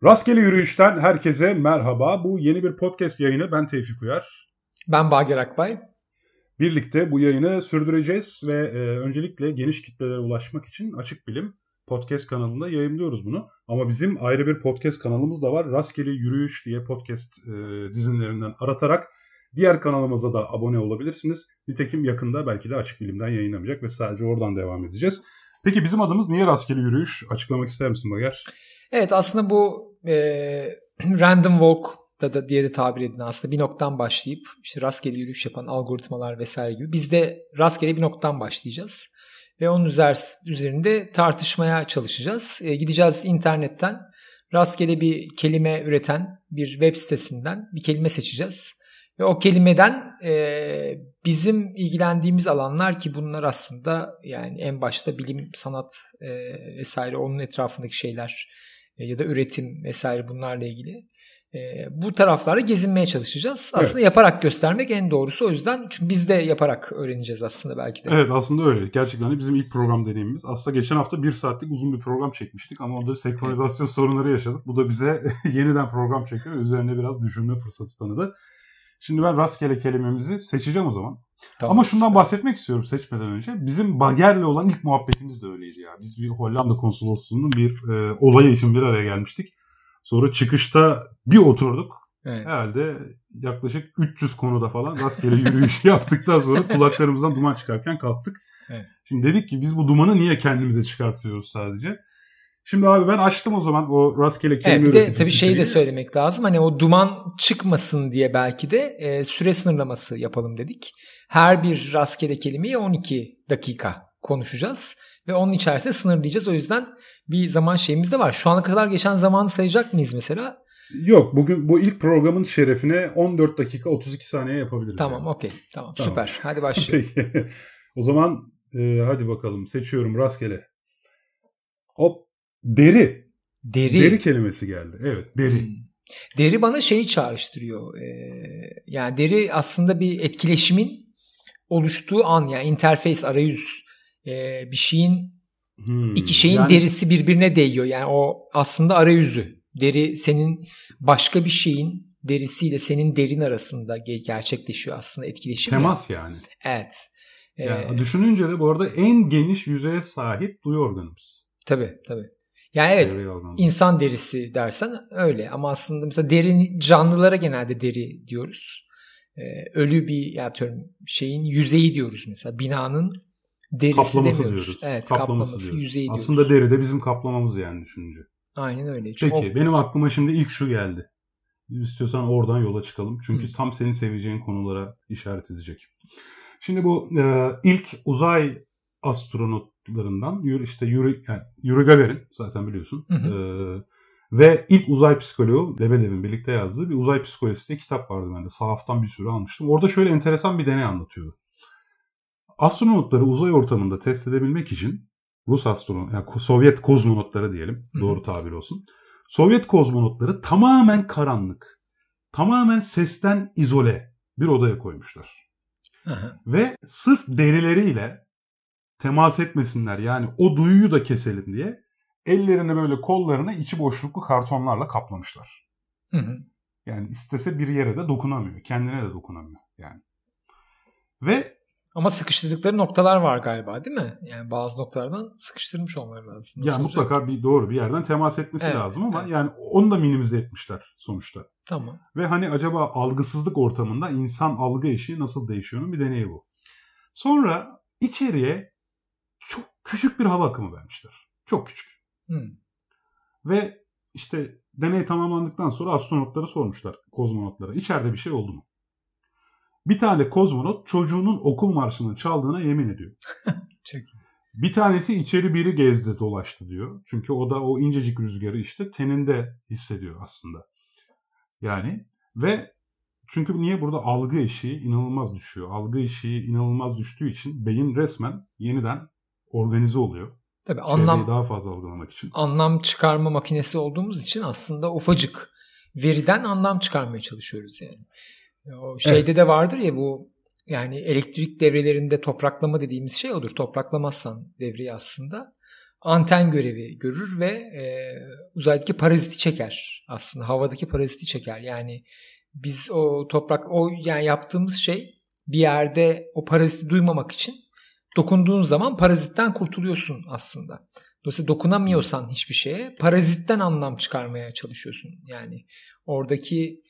Rastgele Yürüyüş'ten herkese merhaba. Bu yeni bir podcast yayını. Ben Tevfik Uyar. Ben Bager Akbay. Birlikte bu yayını sürdüreceğiz ve öncelikle geniş kitlelere ulaşmak için Açık Bilim podcast kanalında yayımlıyoruz bunu. Ama bizim ayrı bir podcast kanalımız da var. Rastgele Yürüyüş diye podcast dizinlerinden aratarak diğer kanalımıza da abone olabilirsiniz. Nitekim yakında belki de Açık Bilim'den yayınlanacak ve sadece oradan devam edeceğiz. Peki bizim adımız niye Rastgele Yürüyüş? Açıklamak ister misin Bager? Evet, aslında bu random walk da diye de tabir edilen aslında bir noktadan başlayıp işte rastgele yürüyüş yapan algoritmalar vesaire gibi biz de rastgele bir noktadan başlayacağız ve onun üzerinde tartışmaya çalışacağız. Gideceğiz internetten rastgele bir kelime üreten bir web sitesinden bir kelime seçeceğiz ve o kelimeden bizim ilgilendiğimiz alanlar, ki bunlar aslında yani en başta bilim, sanat vesaire onun etrafındaki şeyler ya da üretim vesaire, bunlarla ilgili bu taraflarda gezinmeye çalışacağız. Aslında evet, yaparak göstermek en doğrusu, o yüzden. Çünkü biz de yaparak öğreneceğiz aslında belki de. Evet, aslında öyle. Gerçekten de bizim ilk program deneyimimiz. Aslında geçen hafta 1 saatlik uzun bir program çekmiştik ama orada senkronizasyon sorunları yaşadık. Bu da bize yeniden program çekiyor. Üzerine biraz düşünme fırsatı tanıdı. Şimdi ben rastgele kelimemizi seçeceğim o zaman. Tamam, ama şundan bahsetmek istiyorum seçmeden önce. Bizim Bager'le olan ilk muhabbetimiz de öyleydi ya. Biz bir Hollanda konsolosluğunun bir olayı için bir araya gelmiştik. Sonra çıkışta bir oturduk. Evet. Herhalde yaklaşık 300 konuda falan rastgele yürüyüş yaptıktan sonra kulaklarımızdan duman çıkarken kalktık. Evet. Şimdi dedik ki biz bu dumanı niye kendimize çıkartıyoruz sadece? Şimdi abi ben açtım o zaman o rastgele kelime üreticisi. Evet, bir de tabii şeyi de söylemek lazım. Hani o duman çıkmasın diye belki de süre sınırlaması yapalım dedik. Her bir rastgele kelimeyi 12 dakika konuşacağız ve onun içerisinde sınırlayacağız. O yüzden bir zaman şeyimiz de var. Şu ana kadar geçen zamanı sayacak mıyız mesela? Yok, bugün bu ilk programın şerefine 14 dakika 32 saniye yapabiliriz. Tamam, yani. Okey. Tamam, süper. Hadi başlayalım. O zaman hadi bakalım, seçiyorum rastgele. Hop, deri. Deri kelimesi geldi. Evet, deri. Deri bana şeyi çağrıştırıyor. Yani deri aslında bir etkileşimin oluştuğu an, yani interface, arayüz, bir şeyin iki şeyin yani, derisi birbirine değiyor. Yani o aslında arayüzü. Deri senin başka bir şeyin derisiyle senin derin arasında gerçekleşiyor aslında etkileşim. Temas yani. Evet. Yani düşününce de bu arada en geniş yüzeye sahip duyu organımız. Tabii. Yani evet, insan derisi dersen öyle ama aslında mesela derin canlılara genelde deri diyoruz. Ölü bir yani şeyin yüzeyi diyoruz mesela, binanın derisi kaplaması demiyoruz. Diyoruz. Evet, kaplaması yüzeyi diyoruz. Aslında deri de bizim kaplamamız yani düşününce. Aynen öyle. Peki benim aklıma şimdi ilk şu geldi. İstiyorsan oradan yola çıkalım. Çünkü tam senin seveceğin konulara işaret edecek. Şimdi bu ilk uzay astronotlarından işte Yuri Gagarin zaten biliyorsun. Ve ilk uzay psikoloğu Lebedev'in birlikte yazdığı bir uzay psikolojisi diye kitap vardı bende. Sahaftan bir sürü almıştım. Orada şöyle enteresan bir deney anlatıyordu. Astronotları uzay ortamında test edebilmek için Rus astronot, yani Sovyet kozmonotları diyelim, doğru tabir olsun. Sovyet kozmonotları tamamen karanlık, tamamen sesten izole bir odaya koymuşlar. Ve sırf derileriyle temas etmesinler, yani o duyuyu da keselim diye ellerini böyle kollarına içi boşluklu kartonlarla kaplamışlar. Yani istese bir yere de dokunamıyor, kendine de dokunamıyor yani. Ama sıkıştırdıkları noktalar var galiba, değil mi? Yani bazı noktalardan sıkıştırmış olmaları lazım. Yani mutlaka doğru bir yerden temas etmesi lazım ama yani onu da minimize etmişler sonuçta. Tamam. Ve hani acaba algısızlık ortamında insan algı eşiği nasıl değişiyor'nun bir deneyi bu. Sonra içeriye çok küçük bir hava akımı vermişler. Çok küçük. Ve işte deney tamamlandıktan sonra astronotlara sormuşlar, kozmonotlara. İçeride bir şey oldu mu? Bir tane kozmonot çocuğunun okul marşının çaldığına yemin ediyor. Çok. Bir tanesi içeri biri gezdi dolaştı diyor. Çünkü o da o incecik rüzgarı işte teninde hissediyor aslında. Yani ve çünkü niye burada algı eşiği inanılmaz düşüyor. Algı eşiği inanılmaz düştüğü için beyin resmen yeniden organize oluyor. Tabii çevreyi daha fazla algılamak için. Anlam çıkarma makinesi olduğumuz için aslında ufacık veriden anlam çıkarmaya çalışıyoruz yani. O şeyde de vardır ya bu, yani elektrik devrelerinde topraklama dediğimiz şey odur. Topraklamazsan devreyi aslında anten görevi görür ve uzaydaki paraziti çeker. Aslında havadaki paraziti çeker. Yani biz o yani yaptığımız şey bir yerde o paraziti duymamak için dokunduğun zaman parazitten kurtuluyorsun aslında. Dolayısıyla dokunamıyorsan hiçbir şeye parazitten anlam çıkarmaya çalışıyorsun. Yani oradaki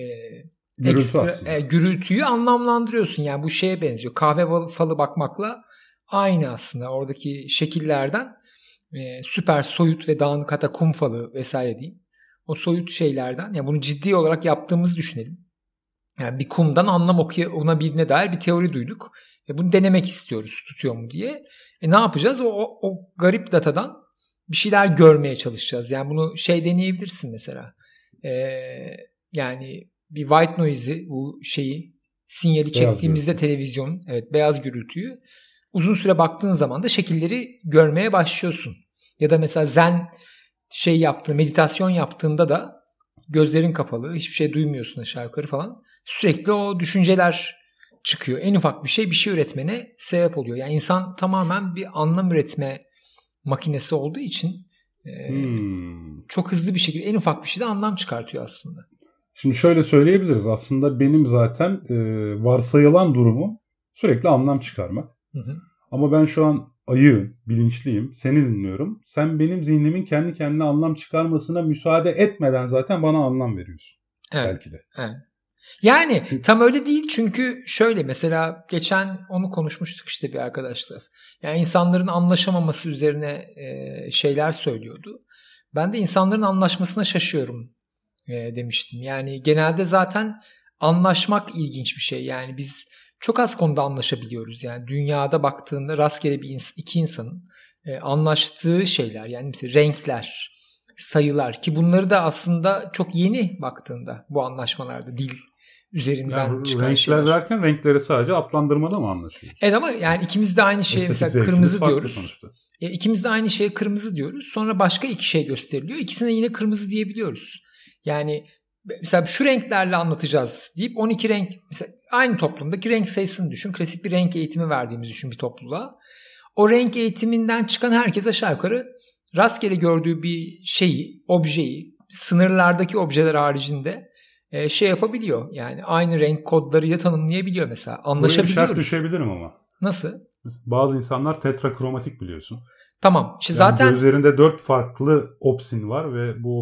gürültüyü anlamlandırıyorsun. Yani bu şeye benziyor. Kahve falı bakmakla aynı aslında. Oradaki şekillerden süper soyut ve dağınık, hatta kum falı vesaire diyeyim. O soyut şeylerden, yani bunu ciddi olarak yaptığımızı düşünelim. Yani bir kumdan anlam okunabildiğine dair bir teori duyduk. Bunu denemek istiyoruz, tutuyor mu diye. Ne yapacağız? O garip datadan bir şeyler görmeye çalışacağız. Yani bunu deneyebilirsin mesela. Yani bir white noise'i, bu sinyali çektiğimizde televizyonun, beyaz gürültüyü uzun süre baktığın zaman da şekilleri görmeye başlıyorsun. Ya da mesela zen meditasyon yaptığında da gözlerin kapalı, hiçbir şey duymuyorsun aşağı yukarı falan. Sürekli o düşünceler çıkıyor. En ufak bir şey üretmene sebep oluyor. Yani insan tamamen bir anlam üretme makinesi olduğu için çok hızlı bir şekilde en ufak bir şeyden anlam çıkartıyor aslında. Şimdi şöyle söyleyebiliriz. Aslında benim zaten varsayılan durumum sürekli anlam çıkarmak. Hı. Ama ben şu an ayığım, bilinçliyim, seni dinliyorum. Sen benim zihnimin kendi kendine anlam çıkarmasına müsaade etmeden zaten bana anlam veriyorsun. Evet. Belki de. Evet. Yani tam öyle değil, çünkü şöyle, mesela geçen onu konuşmuştuk işte bir arkadaşla. Yani insanların anlaşamaması üzerine şeyler söylüyordu. Ben de insanların anlaşmasına şaşıyorum demiştim. Yani genelde zaten anlaşmak ilginç bir şey. Yani biz çok az konuda anlaşabiliyoruz. Yani dünyada baktığında rastgele iki insanın anlaştığı şeyler, yani mesela renkler, sayılar, ki bunları da aslında çok yeni baktığında bu anlaşmalarda dil üzerinden yani çıkan şeyler. Renkler derken renkleri sadece adlandırmada mı anlaşıyoruz? Evet, ama yani ikimiz de aynı şeye mesela kırmızı diyoruz. İkimiz de aynı şeye kırmızı diyoruz. Sonra başka iki şey gösteriliyor. İkisine yine kırmızı diyebiliyoruz. Yani mesela şu renklerle anlatacağız deyip 12 renk, mesela aynı toplumdaki renk sayısını düşün. Klasik bir renk eğitimi verdiğimizi düşün bir topluluğa. O renk eğitiminden çıkan herkes aşağı yukarı rastgele gördüğü bir objeyi, sınırlardaki objeler haricinde yapabiliyor. Yani aynı renk kodlarıyla tanımlayabiliyor mesela. Anlaşabiliyoruz. Böyle bir şart düşebilirim ama. Nasıl? Bazı insanlar tetrakromatik biliyorsun. Tamam. İşte yani zaten gözlerinde 4 farklı opsin var ve bu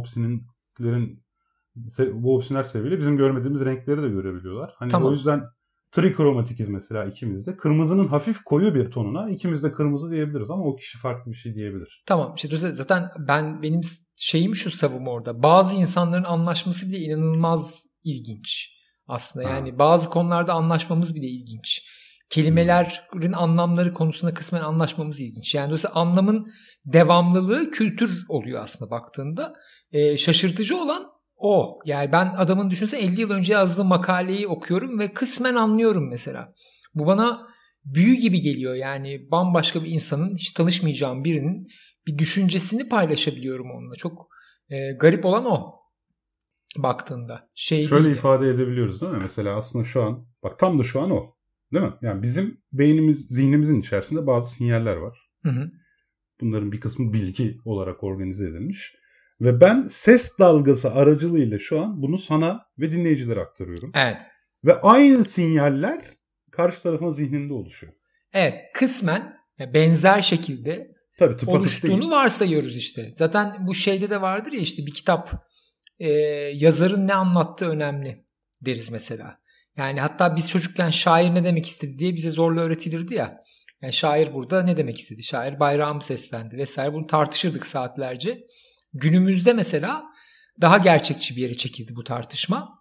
opsinler sebebiyle bizim görmediğimiz renkleri de görebiliyorlar. Hani tamam. O yüzden trikromatikiz mesela ikimiz de. Kırmızının hafif koyu bir tonuna ikimiz de kırmızı diyebiliriz ama o kişi farklı bir şey diyebilir. Tamam. İşte zaten benim şeyim şu, savım orada. Bazı insanların anlaşması bile inanılmaz ilginç aslında. Yani bazı konularda anlaşmamız bile ilginç. Kelimelerin anlamları konusunda kısmen anlaşmamız ilginç. Yani dolayısıyla anlamın devamlılığı kültür oluyor aslında baktığında. Şaşırtıcı olan o. Yani ben adamın düşünsene 50 yıl önce yazdığı makaleyi okuyorum ve kısmen anlıyorum mesela. Bu bana büyü gibi geliyor. Yani bambaşka bir insanın, hiç tanışmayacağım birinin bir düşüncesini paylaşabiliyorum onunla. Çok garip olan o baktığında. Şöyle ifade edebiliyoruz değil mi? Mesela aslında şu an, bak tam da şu an o. Değil mi? Yani bizim zihnimizin içerisinde bazı sinyaller var. Hı. Bunların bir kısmı bilgi olarak organize edilmiş. Ve ben ses dalgası aracılığıyla şu an bunu sana ve dinleyicilere aktarıyorum. Evet. Ve aynı sinyaller karşı tarafın zihninde oluşuyor. Evet. Kısmen benzer şekilde oluştuğunu varsayıyoruz işte. Zaten bu şeyde de vardır ya, işte bir kitap yazarın ne anlattığı önemli deriz mesela. Yani hatta biz çocukken şair ne demek istedi diye bize zorla öğretilirdi ya. Yani şair burada ne demek istedi? Şair bayrağımı seslendi vesaire. Bunu tartışırdık saatlerce. Günümüzde mesela daha gerçekçi bir yere çekildi bu tartışma.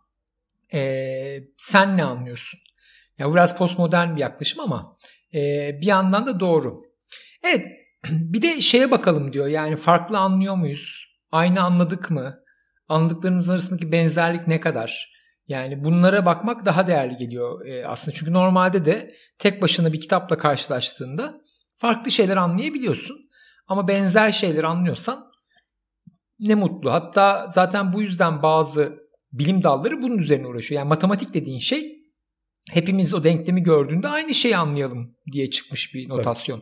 Sen ne anlıyorsun? Yani bu biraz postmodern bir yaklaşım ama bir yandan da doğru. Evet, bir de şeye bakalım diyor. Yani farklı anlıyor muyuz? Aynı anladık mı? Anladıklarımız arasındaki benzerlik ne kadar? Yani bunlara bakmak daha değerli geliyor aslında. Çünkü normalde de tek başına bir kitapla karşılaştığında farklı şeyler anlayabiliyorsun. Ama benzer şeyler anlıyorsan ne mutlu. Hatta zaten bu yüzden bazı bilim dalları bunun üzerine uğraşıyor. Yani matematik dediğin şey, hepimiz o denklemi gördüğünde aynı şeyi anlayalım diye çıkmış bir notasyon.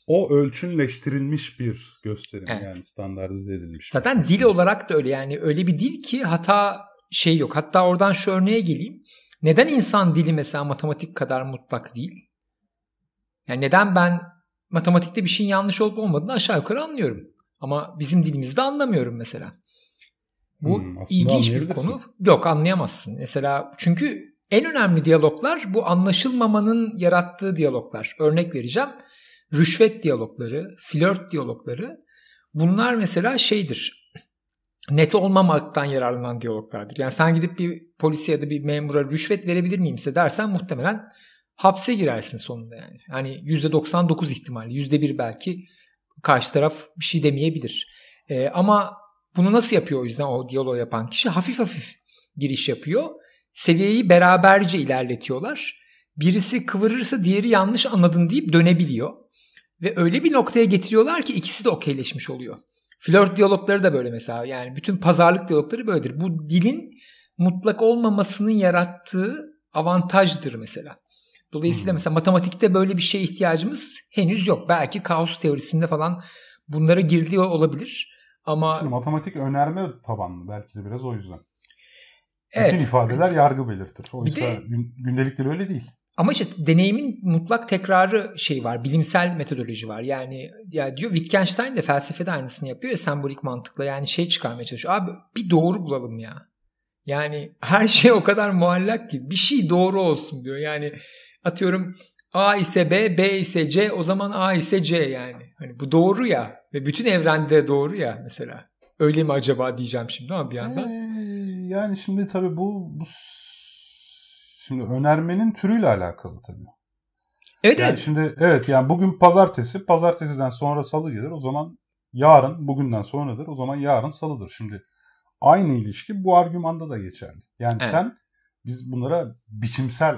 o ölçünleştirilmiş bir gösterim, evet. Yani standartize edilmiş. Zaten dil olarak da öyle, yani öyle bir dil ki hata şey yok. Hatta oradan şu örneğe geleyim. Neden insan dili mesela matematik kadar mutlak değil? Yani neden ben matematikte bir şeyin yanlış olup olmadığını aşağı yukarı anlıyorum. Ama bizim dilimizde anlamıyorum mesela. Bu ilginç bir konu. Yok, anlayamazsın. Mesela çünkü en önemli diyaloglar bu anlaşılmamanın yarattığı diyaloglar. Örnek vereceğim. Rüşvet diyalogları, flört diyalogları. Bunlar mesela şeydir. Net olmamaktan yararlanan diyaloglardır. Yani sen gidip bir polise ya da bir memura rüşvet verebilir miyimse dersen muhtemelen hapse girersin sonunda yani. Yani %99 ihtimalle, %1 belki karşı taraf bir şey demeyebilir. Ama bunu nasıl yapıyor o yüzden o diyaloğu yapan kişi? Hafif hafif giriş yapıyor. Seviyeyi beraberce ilerletiyorlar. Birisi kıvırırsa diğeri yanlış anladın deyip dönebiliyor. Ve öyle bir noktaya getiriyorlar ki ikisi de okeyleşmiş oluyor. Flört diyalogları da böyle mesela. Yani bütün pazarlık diyalogları böyledir. Bu dilin mutlak olmamasının yarattığı avantajdır mesela. Dolayısıyla mesela matematikte böyle bir şeye ihtiyacımız henüz yok. Belki kaos teorisinde falan bunlara giriliyor olabilir. Ama şimdi matematik önerme tabanlı, belki de biraz o yüzden. Evet. Bütün ifadeler yargı belirtir. Oysa gündelikleri öyle değil. Ama işte deneyimin mutlak tekrarı şey var. Bilimsel metodoloji var. Yani ya diyor, Wittgenstein de felsefede aynısını yapıyor ya, sembolik mantıkla. Yani şey çıkarmaya çalışıyor. Abi bir doğru bulalım ya. Yani her şey o kadar muallak ki bir şey doğru olsun diyor. Yani atıyorum A ise B, B ise C, o zaman A ise C yani. Hani bu doğru ya ve bütün evrende doğru ya mesela. Öyle mi acaba diyeceğim şimdi ama bir yandan. Yani şimdi tabii bu şimdi önermenin türüyle alakalı tabii. Evet, yani evet. Şimdi evet, yani bugün pazartesiden sonra salı gelir. O zaman yarın bugünden sonradır. O zaman yarın salıdır. Şimdi aynı ilişki bu argümanda da geçerli. Yani evet. biz bunlara biçimsel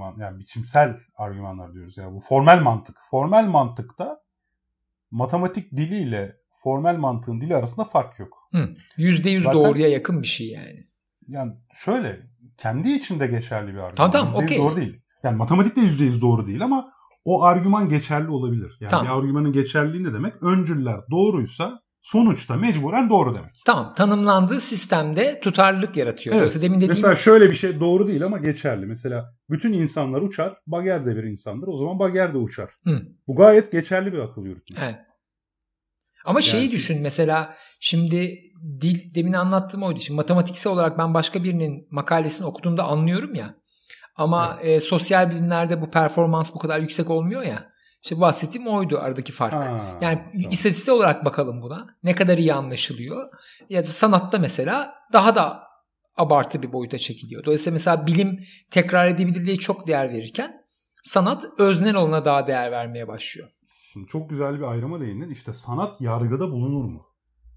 argümanlar diyoruz. Yani bu formel mantık. Formel mantıkta matematik diliyle formel mantığın dili arasında fark yok. %100 doğruya yakın bir şey yani. Yani şöyle, kendi içinde geçerli bir argüman. Tamam, okey. Doğru değil. Yani matematik de %100 doğru değil ama o argüman geçerli olabilir. Yani bir argümanın geçerliliği ne demek? Öncüller doğruysa sonuçta mecburen doğru demek. Tamam, tanımlandığı sistemde tutarlılık yaratıyor. Evet. Demin dediğim... Mesela şöyle bir şey doğru değil ama geçerli. Mesela bütün insanlar uçar, Bager de bir insandır. O zaman Bager de uçar. Bu gayet geçerli bir akıl yürütme. Evet. Ama şeyi düşün mesela, şimdi dil, demin anlattığım oydu. Şimdi matematiksel olarak ben başka birinin makalesini okuduğumda anlıyorum ya. Ama sosyal bilimlerde bu performans bu kadar yüksek olmuyor ya. İşte bahsettiğim oydu, aradaki fark. Yani tamam. İstatistiksel olarak bakalım buna. Ne kadar iyi anlaşılıyor. Ya sanatta mesela daha da abartı bir boyuta çekiliyor. Dolayısıyla mesela bilim tekrar edebilirliğe çok değer verirken sanat öznel olana daha değer vermeye başlıyor. Şimdi çok güzel bir ayrıma değindin. İşte sanat yargıda bulunur mu?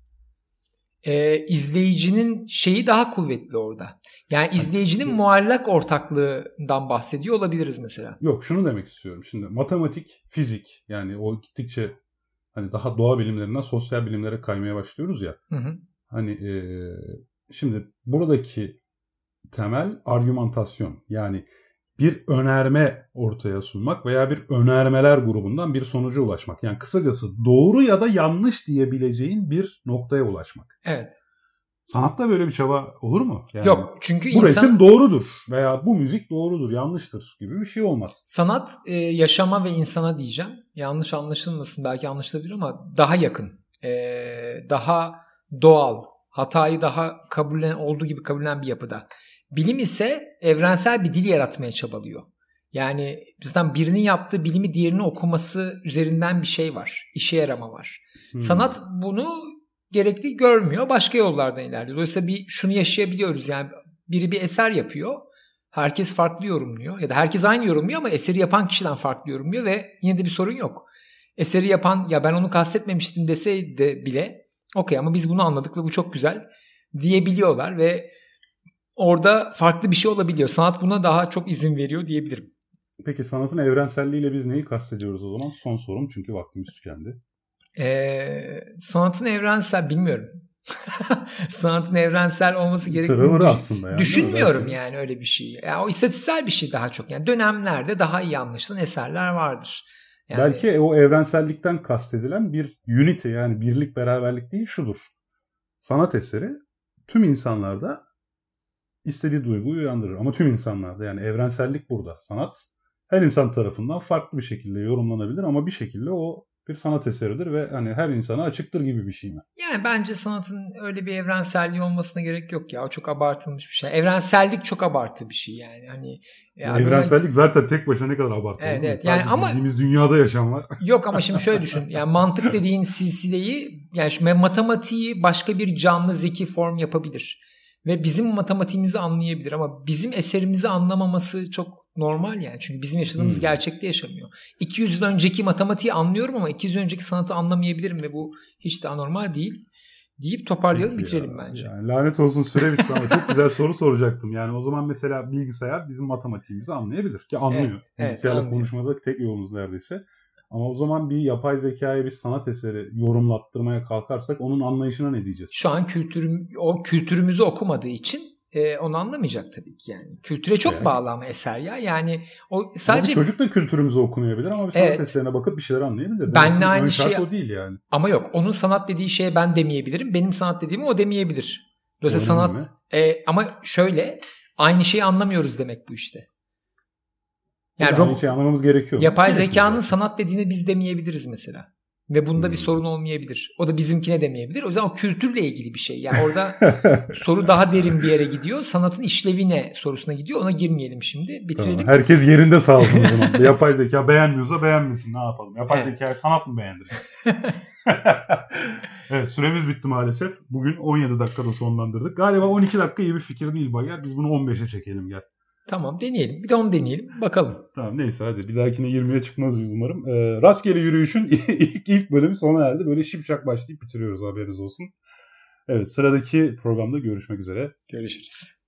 İzleyicinin şeyi daha kuvvetli orada. Yani izleyicinin muallak ortaklığından bahsediyor olabiliriz mesela. Yok, şunu demek istiyorum. Şimdi matematik, fizik, yani o gittikçe hani daha doğa bilimlerinden sosyal bilimlere kaymaya başlıyoruz ya. Hani şimdi buradaki temel argümantasyon, yani bir önerme ortaya sunmak veya bir önermeler grubundan bir sonuca ulaşmak. Yani kısacası doğru ya da yanlış diyebileceğin bir noktaya ulaşmak. Evet. Sanatta böyle bir çaba olur mu? Yani yok, çünkü bu resim doğrudur veya bu müzik doğrudur, yanlıştır gibi bir şey olmaz. Sanat yaşama ve insana diyeceğim. Yanlış anlaşılmasın, belki anlaşılabilir ama daha yakın. Daha doğal. Hatayı daha olduğu gibi kabullenen bir yapıda. Bilim ise evrensel bir dil yaratmaya çabalıyor. Yani bizden birinin yaptığı bilimi diğerinin okuması üzerinden bir şey var. İşe yarama var. Sanat bunu gerekli görmüyor. Başka yollardan ilerliyor. Dolayısıyla şunu yaşayabiliyoruz. Yani biri bir eser yapıyor. Herkes farklı yorumluyor. Ya da herkes aynı yorumluyor ama eseri yapan kişiden farklı yorumluyor ve yine de bir sorun yok. Eseri yapan, ya ben onu kastetmemiştim deseydi bile okey ama biz bunu anladık ve bu çok güzel diyebiliyorlar ve orada farklı bir şey olabiliyor. Sanat buna daha çok izin veriyor diyebilirim. Peki sanatın evrenselliğiyle biz neyi kastediyoruz o zaman? Son sorum, çünkü vaktimiz tükendi. Sanatın evrensel bilmiyorum. Sanatın evrensel olması gerektiğini aslında yani, düşünmüyorum yani öyle bir şey. Yani o istatistiksel bir şey daha çok. Yani dönemlerde daha iyi anlaşılan eserler vardır. Yani... Belki o evrensellikten kastedilen bir unity, yani birlik, beraberlik değil, şudur. Sanat eseri tüm insanlarda istediği duyguyu uyandırır. Ama tüm insanlarda, yani evrensellik burada. Sanat her insan tarafından farklı bir şekilde yorumlanabilir ama bir şekilde o bir sanat eseridir ve hani her insana açıktır gibi bir şey mi? Yani bence sanatın öyle bir evrenselliği olmasına gerek yok ya. O çok abartılmış bir şey. Evrensellik çok abartı bir şey yani. Hani evrensellik zaten tek başına ne kadar abartılı. Evet. Yani ama bildiğimiz dünyada yaşam var. Yok ama şimdi şöyle düşün. Yani mantık dediğin silsileyi, yani şu matematiği başka bir canlı zeki form yapabilir. Ve bizim matematiğimizi anlayabilir ama bizim eserimizi anlamaması çok normal yani. Çünkü bizim yaşadığımız gerçekte yaşamıyor. 200 yıl önceki matematiği anlıyorum ama 200 yıl önceki sanatı anlamayabilirim ve bu hiç de anormal değil deyip toparlayalım, bitirelim bence. Yani lanet olsun, süre bitti ama çok güzel soru soracaktım. Yani o zaman mesela bilgisayar bizim matematiğimizi anlayabilir ki anlıyor. Bilgisayarla anlıyor. Konuşmada tek yolumuz neredeyse. Ama o zaman bir yapay zekaya bir sanat eseri yorumlattırmaya kalkarsak onun anlayışına ne diyeceğiz? Şu an kültürümüzü okumadığı için onu anlamayacak tabii ki yani. Kültüre çok bağlı ama eser ya. Yani o sadece çocuk da kültürümüzü okumayabilir ama bir sanat eserine bakıp bir şeyler anlayabilir. Benle aynı şey o değil yani. Ama yok, onun sanat dediği şeye ben demeyebilirim. Benim sanat dediğimi o demeyebilir. Dolayısıyla sanat ama şöyle, aynı şeyi anlamıyoruz demek bu işte. Yani aynı şeyi anlamamız gerekiyor. Yapay zekanın sanat dediğini biz demeyebiliriz mesela. Ve bunda bir sorun olmayabilir. O da bizimkine demeyebilir. O yüzden o kültürle ilgili bir şey. Yani orada soru daha derin bir yere gidiyor. Sanatın işlevi ne sorusuna gidiyor. Ona girmeyelim şimdi. Bitirelim. Tamam. Herkes yerinde sağ olsun o zaman. Yapay zeka beğenmiyorsa beğenmesin. Ne yapalım? Yapay zekayı sanat mı beğendireceğiz? Evet, süremiz bitti maalesef. Bugün 17 dakikada sonlandırdık. Galiba 12 dakika iyi bir fikir değil Bager. Biz bunu 15'e çekelim gel. Tamam, deneyelim. Bir de onu deneyelim. Bakalım. Tamam, neyse hadi. Bir dahakine 20'ye çıkmaz umarım. Rastgele yürüyüşün ilk bölümü sona erdi. Böyle şipşak başlayıp bitiriyoruz, haberiniz olsun. Evet, sıradaki programda görüşmek üzere. Görüşürüz.